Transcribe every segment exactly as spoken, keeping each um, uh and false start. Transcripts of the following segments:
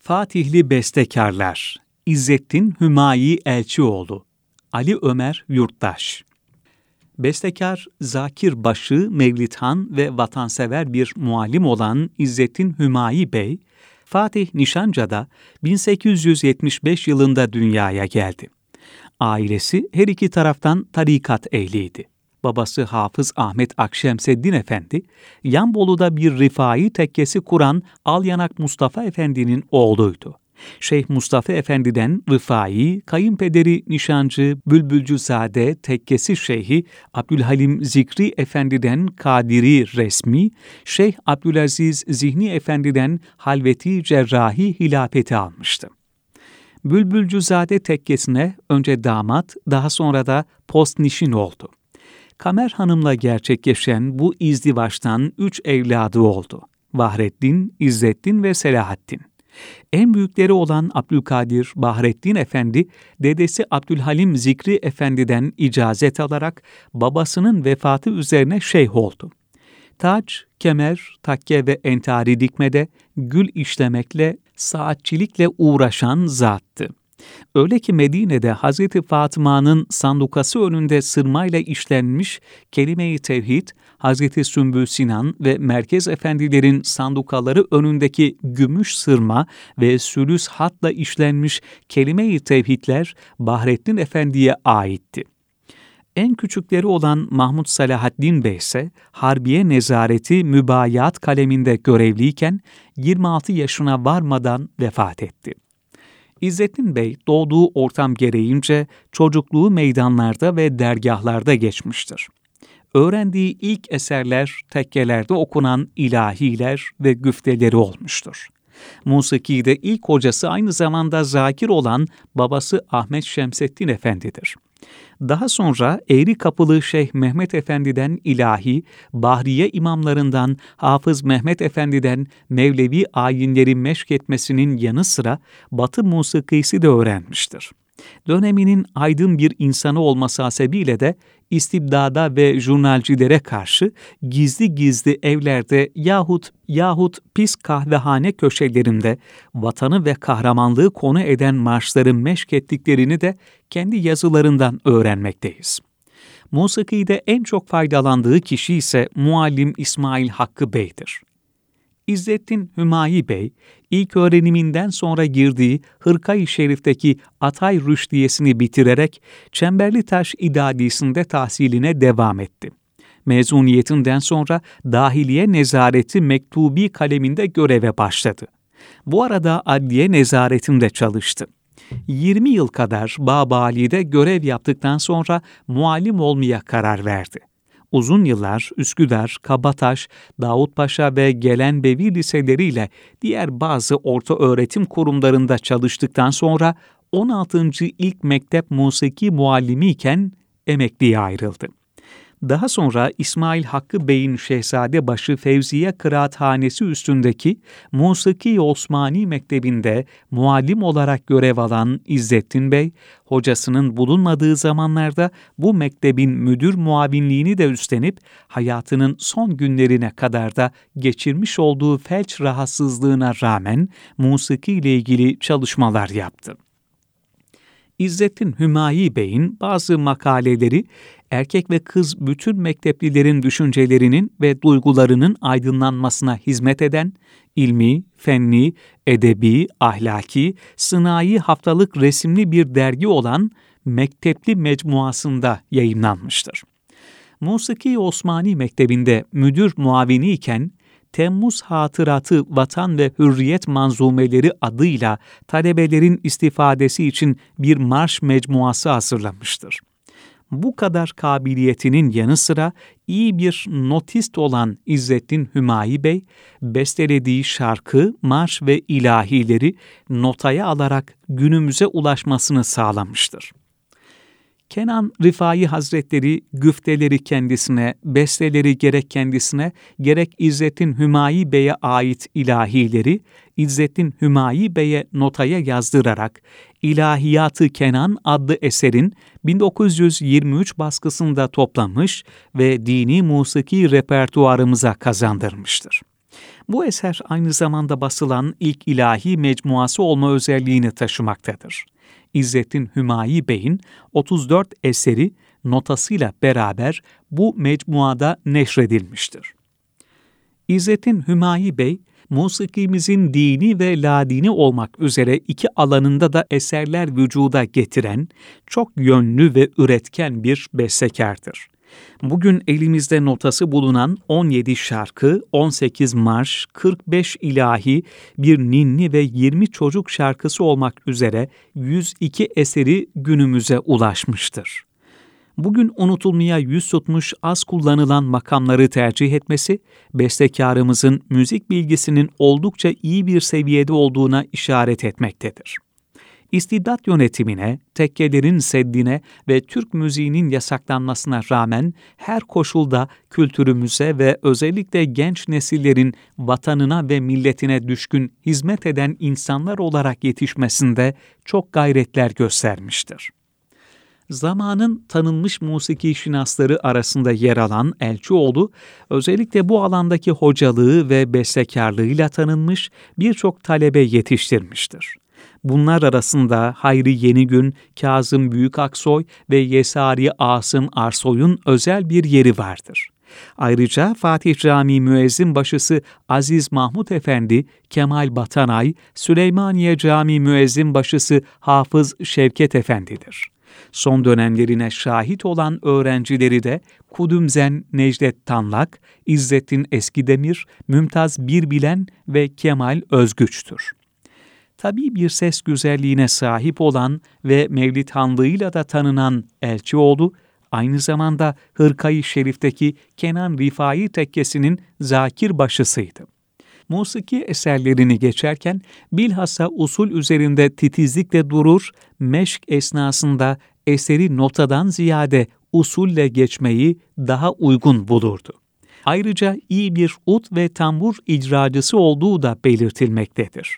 Fatihli bestekarlar İzzettin Hümayi Elçioğlu, Ali Ömer Yurttaş. Bestekar Zakir Başı, Mevlidhan ve vatansever bir muallim olan İzzettin Hümayi Bey, Fatih Nişanca'da bin sekiz yüz yetmiş beş yılında dünyaya geldi. Ailesi her iki taraftan tarikat ehliydi. Babası Hafız Ahmet Akşemseddin Efendi, Yanbolu'da bir rifai tekkesi kuran Alyanak Mustafa Efendi'nin oğluydu. Şeyh Mustafa Efendi'den Rıfai, kayınpederi Nişancı Bülbülcüzade Tekkesi Şeyhi Abdülhalim Zikri Efendi'den Kadiri Resmi, Şeyh Abdülaziz Zihni Efendi'den Halveti Cerrahi hilafeti almıştı. Bülbülcüzade Tekkesi'ne önce damat, daha sonra da postnişin oldu. Kamer Hanım'la gerçekleşen bu izdivaçtan üç evladı oldu: Bahreddin, İzzettin ve Selahaddin. En büyükleri olan Abdülkadir Bahreddin Efendi, dedesi Abdülhalim Zikri Efendi'den icazet alarak babasının vefatı üzerine şeyh oldu. Taç, kemer, takke ve entari dikmede, gül işlemekle, saatçilikle uğraşan zattı. Öyle ki Medine'de Hazreti Fatıma'nın sandukası önünde sırmayla işlenmiş kelime-i tevhid, Hazreti Sümbül Sinan ve Merkez Efendilerin sandukaları önündeki gümüş sırma ve sülüs hatla işlenmiş kelime-i tevhidler Bahreddin Efendi'ye aitti. En küçükleri olan Mahmud Salahaddin Bey ise Harbiye Nezareti Mübayat kaleminde görevliyken yirmi altı yaşına varmadan vefat etti. İzzettin Bey doğduğu ortam gereğince çocukluğu meydanlarda ve dergahlarda geçmiştir. Öğrendiği ilk eserler tekkelerde okunan ilahiler ve güfteleri olmuştur. Musiki'de ilk hocası aynı zamanda zakir olan babası Ahmet Şemseddin Efendi'dir. Daha sonra Eğri Kapılı Şeyh Mehmet Efendi'den ilahi, Bahriye imamlarından Hafız Mehmet Efendi'den Mevlevi ayinleri meşk etmesinin yanı sıra Batı musikisi de öğrenmiştir. Döneminin aydın bir insanı olması hasebiyle de istibdada ve jurnalcilere karşı gizli gizli evlerde yahut yahut pis kahvehane köşelerinde vatanı ve kahramanlığı konu eden marşları meşk ettiklerini de kendi yazılarından öğrenmekteyiz. Musiki'de en çok faydalandığı kişi ise muallim İsmail Hakkı Bey'dir. İzzettin Hümayi Bey, ilk öğreniminden sonra girdiği Hırka-i Şerif'teki Atay Rüşdiyesini bitirerek Çemberlitaş İdadisi'nde tahsiline devam etti. Mezuniyetinden sonra Dahiliye Nezareti Mektubi kaleminde göreve başladı. Bu arada Adliye Nezaretinde çalıştı. yirmi yıl kadar Babali'de görev yaptıktan sonra muallim olmaya karar verdi. Uzun yıllar Üsküdar, Kabataş, Davutpaşa ve Gelenbevi liseleriyle diğer bazı orta öğretim kurumlarında çalıştıktan sonra on altıncı İlk Mektep Musiki muallimi iken emekliye ayrıldı. Daha sonra İsmail Hakkı Bey'in Şehzadebaşı Fevziye Kıraathanesi üstündeki Musiki Osmani Mektebi'nde muallim olarak görev alan İzzettin Bey, hocasının bulunmadığı zamanlarda bu mektebin müdür muavinliğini de üstlenip hayatının son günlerine kadar da geçirmiş olduğu felç rahatsızlığına rağmen musiki ile ilgili çalışmalar yaptı. İzzettin Hümayi Bey'in bazı makaleleri, erkek ve kız bütün mekteplilerin düşüncelerinin ve duygularının aydınlanmasına hizmet eden, ilmi, fenni, edebi, ahlaki, sınai haftalık resimli bir dergi olan Mektepli Mecmuası'nda yayımlanmıştır. Musiki Osmani Mektebi'nde müdür muavini iken, Temmuz Hatıratı Vatan ve Hürriyet Manzumeleri adıyla talebelerin istifadesi için bir marş mecmuası hazırlamıştır. Bu kadar kabiliyetinin yanı sıra iyi bir notist olan İzzettin Hümayi Bey, bestelediği şarkı, marş ve ilahileri notaya alarak günümüze ulaşmasını sağlamıştır. Kenan Rifai Hazretleri güfteleri kendisine, besteleri gerek kendisine, gerek İzzettin Hümayi Bey'e ait ilahileri İzzettin Hümayi Bey'e notaya yazdırarak İlahiyat-ı Kenan adlı eserin bin dokuz yüz yirmi üç baskısında toplamış ve dini musiki repertuarımıza kazandırmıştır. Bu eser aynı zamanda basılan ilk ilahi mecmuası olma özelliğini taşımaktadır. İzzettin Hümayi Bey'in otuz dört eseri notasıyla beraber bu mecmuada neşredilmiştir. İzzettin Hümayi Bey, musikimizin dini ve ladini olmak üzere iki alanında da eserler vücuda getiren, çok yönlü ve üretken bir bestekardır. Bugün elimizde notası bulunan on yedi şarkı, on sekiz marş, kırk beş ilahi, bir ninni ve yirmi çocuk şarkısı olmak üzere yüz iki eseri günümüze ulaşmıştır. Bugün unutulmaya yüz tutmuş az kullanılan makamları tercih etmesi, bestekarımızın müzik bilgisinin oldukça iyi bir seviyede olduğuna işaret etmektedir. İstibdat yönetimine, tekkelerin seddine ve Türk müziğinin yasaklanmasına rağmen her koşulda kültürümüze ve özellikle genç nesillerin vatanına ve milletine düşkün hizmet eden insanlar olarak yetişmesinde çok gayretler göstermiştir. Zamanın tanınmış musiki şinasları arasında yer alan Elçioğlu, özellikle bu alandaki hocalığı ve bestekarlığıyla tanınmış birçok talebe yetiştirmiştir. Bunlar arasında Hayri Yenigün, Kazım Büyükaksoy ve Yesari Asım Arsoy'un özel bir yeri vardır. Ayrıca Fatih Camii müezzin başısı Aziz Mahmut Efendi, Kemal Batanay, Süleymaniye Camii müezzin başısı Hafız Şevket Efendi'dir. Son dönemlerine şahit olan öğrencileri de Kudümzen Necdet Tanlak, İzzettin Eskidemir, Mümtaz Birbilen ve Kemal Özgüç'tür. Tabii bir ses güzelliğine sahip olan ve Mevlid Hanlığı'yla da tanınan Elçioğlu, aynı zamanda Hırka-i Şerif'teki Kenan Rifai Tekkesi'nin zakir başısıydı. Musiki eserlerini geçerken bilhassa usul üzerinde titizlikle durur, meşk esnasında eseri notadan ziyade usulle geçmeyi daha uygun bulurdu. Ayrıca iyi bir ut ve tambur icracısı olduğu da belirtilmektedir.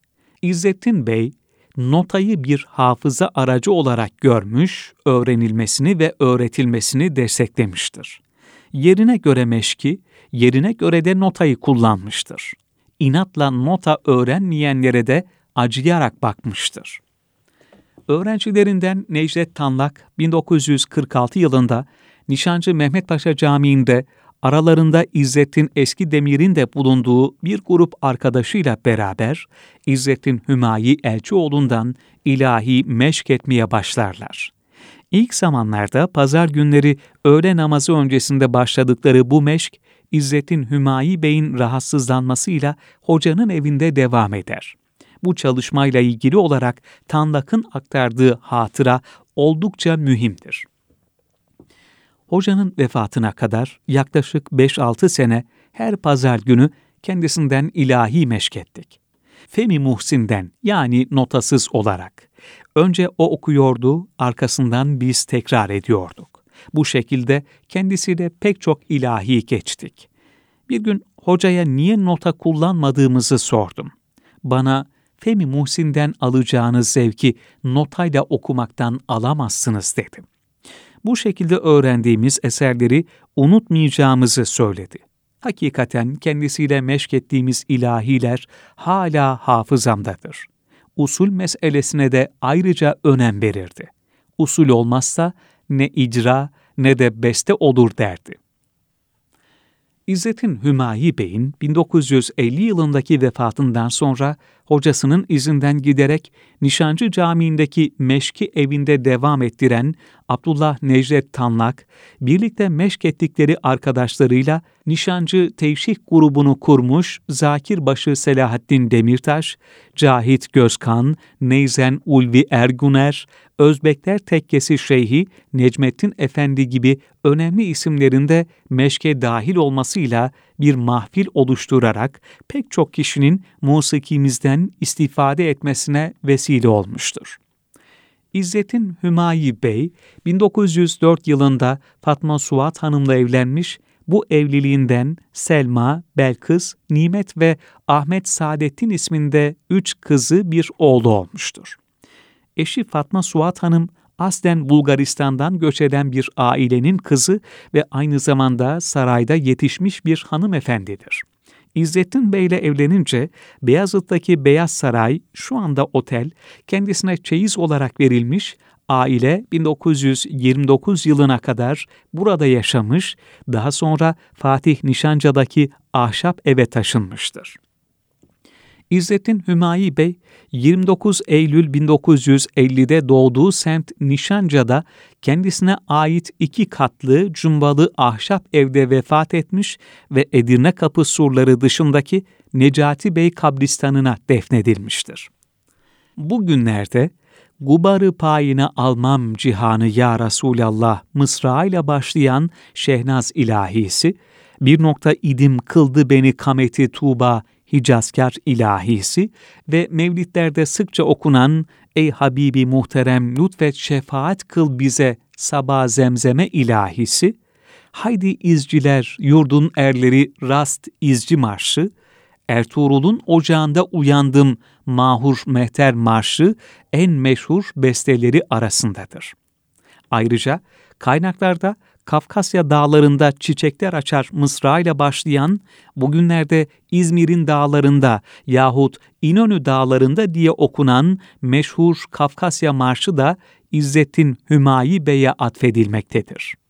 İzzettin Bey, notayı bir hafıza aracı olarak görmüş, öğrenilmesini ve öğretilmesini desteklemiştir. Yerine göre meşki, yerine göre de notayı kullanmıştır. İnatla nota öğrenmeyenlere de acıyarak bakmıştır. Öğrencilerinden Necdet Tanlak, bin dokuz yüz kırk altı yılında Nişancı Mehmet Paşa Camii'nde aralarında İzzettin Eskidemir'in de bulunduğu bir grup arkadaşıyla beraber İzzettin Hümayi Elçioğlu'ndan ilahi meşk etmeye başlarlar. İlk zamanlarda pazar günleri öğle namazı öncesinde başladıkları bu meşk, İzzettin Hümayi Bey'in rahatsızlanmasıyla hocanın evinde devam eder. Bu çalışmayla ilgili olarak Tanlak'ın aktardığı hatıra oldukça mühimdir. Hocanın vefatına kadar yaklaşık beş altı sene her pazar günü kendisinden ilahi meşk ettik. Femi Muhsin'den, yani notasız olarak. Önce o okuyordu, arkasından biz tekrar ediyorduk. Bu şekilde kendisiyle pek çok ilahi geçtik. Bir gün hocaya niye nota kullanmadığımızı sordum. Bana, Femi Muhsin'den alacağınız zevki notayla okumaktan alamazsınız dedi. Bu şekilde öğrendiğimiz eserleri unutmayacağımızı söyledi. Hakikaten kendisiyle meşk ettiğimiz ilahiler hala hafızamdadır. Usul meselesine de ayrıca önem verirdi. Usul olmazsa ne icra ne de beste olur derdi. İzzettin Hümayi Bey'in bin dokuz yüz elli yılındaki vefatından sonra hocasının izinden giderek Nişancı Camii'ndeki meşki evinde devam ettiren Abdullah Necdet Tanlak, birlikte meşk ettikleri arkadaşlarıyla Nişancı Tevşih grubunu kurmuş Zakirbaşı Selahattin Demirtaş, Cahit Gözkan, Neyzen Ulvi Erguner, Özbekler Tekkesi Şeyhi Necmettin Efendi gibi önemli isimlerin de meşke dahil olmasıyla bir mahfil oluşturarak pek çok kişinin musikimizden istifade etmesine vesile olmuştur. İzzettin Hümayi Bey, bin dokuz yüz dört yılında Fatma Suat Hanım'la evlenmiş, bu evliliğinden Selma, Belkıs, Nimet ve Ahmet Saadettin isminde üç kızı bir oğlu olmuştur. Eşi Fatma Suat Hanım, aslen Bulgaristan'dan göç eden bir ailenin kızı ve aynı zamanda sarayda yetişmiş bir hanımefendidir. İzzettin Bey ile evlenince Beyazıt'taki Beyaz Saray, şu anda otel, kendisine çeyiz olarak verilmiş, aile bin dokuz yüz yirmi dokuz yılına kadar burada yaşamış, daha sonra Fatih Nişanca'daki ahşap eve taşınmıştır. İzzettin Hümayi Bey, yirmi dokuz Eylül bin dokuz yüz ellide doğduğu semt Nişanca'da kendisine ait iki katlı cumbalı ahşap evde vefat etmiş ve Edirne Kapı surları dışındaki Necati Bey kabristanına defnedilmiştir. Bugünlerde "Gubarı payine almam cihanı ya Resulallah" mısrağıyla başlayan Şehnaz ilahisi, "Bir nokta idim kıldı beni kameti Tuğba Hicazkar ilahisi" ve mevlitlerde sıkça okunan "Ey Habibi muhterem lütfet şefaat kıl bize sabah zemzeme" ilahisi, "Haydi izciler yurdun erleri rast izci marşı", "Ertuğrul'un ocağında uyandım mahur mehter marşı" en meşhur besteleri arasındadır. Ayrıca kaynaklarda Kafkasya dağlarında çiçekler açar mısrağıyla başlayan, bugünlerde İzmir'in dağlarında yahut İnönü dağlarında diye okunan meşhur Kafkasya Marşı da İzzettin Hümayi Bey'e atfedilmektedir.